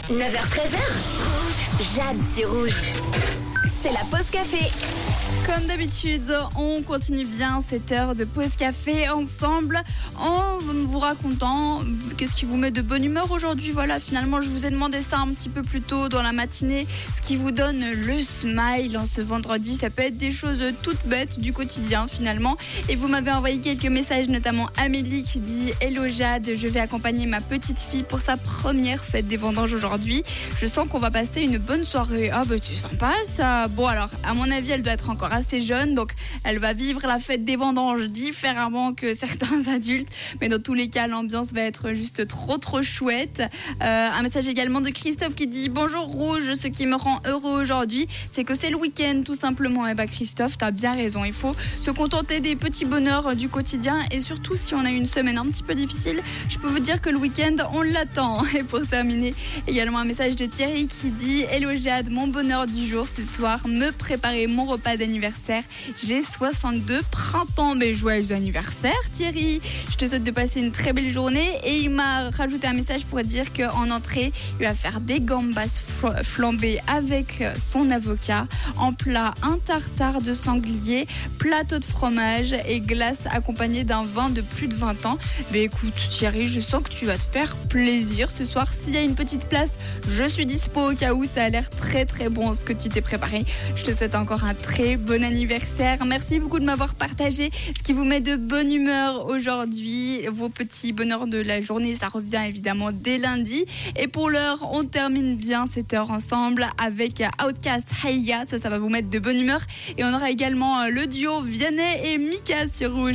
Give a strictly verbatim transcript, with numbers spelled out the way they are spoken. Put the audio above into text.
neuf heures treize, Rouge. Jade sur Rouge. C'est la pause café. Comme d'habitude, on continue bien cette heure de pause café ensemble en vous racontant qu'est-ce qui vous met de bonne humeur aujourd'hui. Voilà, finalement, je vous ai demandé ça un petit peu plus tôt dans la matinée. Ce qui vous donne le smile en ce vendredi, ça peut être des choses toutes bêtes du quotidien finalement. Et vous m'avez envoyé quelques messages, notamment Amélie qui dit « Hello Jade, je vais accompagner ma petite fille pour sa première fête des vendanges aujourd'hui. Je sens qu'on va passer une bonne soirée. » Ah bah c'est sympa ça. Bon alors, à mon avis, elle doit être encore assez jeune, donc elle va vivre la fête des vendanges différemment que certains adultes, mais dans tous les cas l'ambiance va être juste trop trop chouette. Euh, un message également de Christophe qui dit bonjour Rouge, ce qui me rend heureux aujourd'hui c'est que c'est le week-end tout simplement. Et bah Christophe, t'as bien raison, il faut se contenter des petits bonheurs du quotidien, et surtout si on a eu une semaine un petit peu difficile, je peux vous dire que le week-end on l'attend. Et pour terminer, également un message de Thierry qui dit hello Jade, mon bonheur du jour ce soir, me préparer mon repas d'anniversaire. J'ai soixante-deux printemps. Mais joyeux anniversaire Thierry. Je te souhaite de passer une très belle journée. Et il m'a rajouté un message pour dire qu'en entrée, il va faire des gambas flambées avec son avocat. En plat, un tartare de sanglier, plateau de fromage et glace accompagné d'un vin de plus de vingt ans. Mais écoute Thierry, je sens que tu vas te faire plaisir ce soir. S'il y a une petite place, je suis dispo au cas où. Ça a l'air très très bon ce que tu t'es préparé. Je te souhaite encore un très bon anniversaire. Merci beaucoup de m'avoir partagé ce qui vous met de bonne humeur aujourd'hui. Vos petits bonheurs de la journée, ça revient évidemment dès lundi. Et pour l'heure, on termine bien cette heure ensemble avec Outcast, Haïa. Ça, ça va vous mettre de bonne humeur. Et on aura également le duo Vianney et Mika sur Rouge.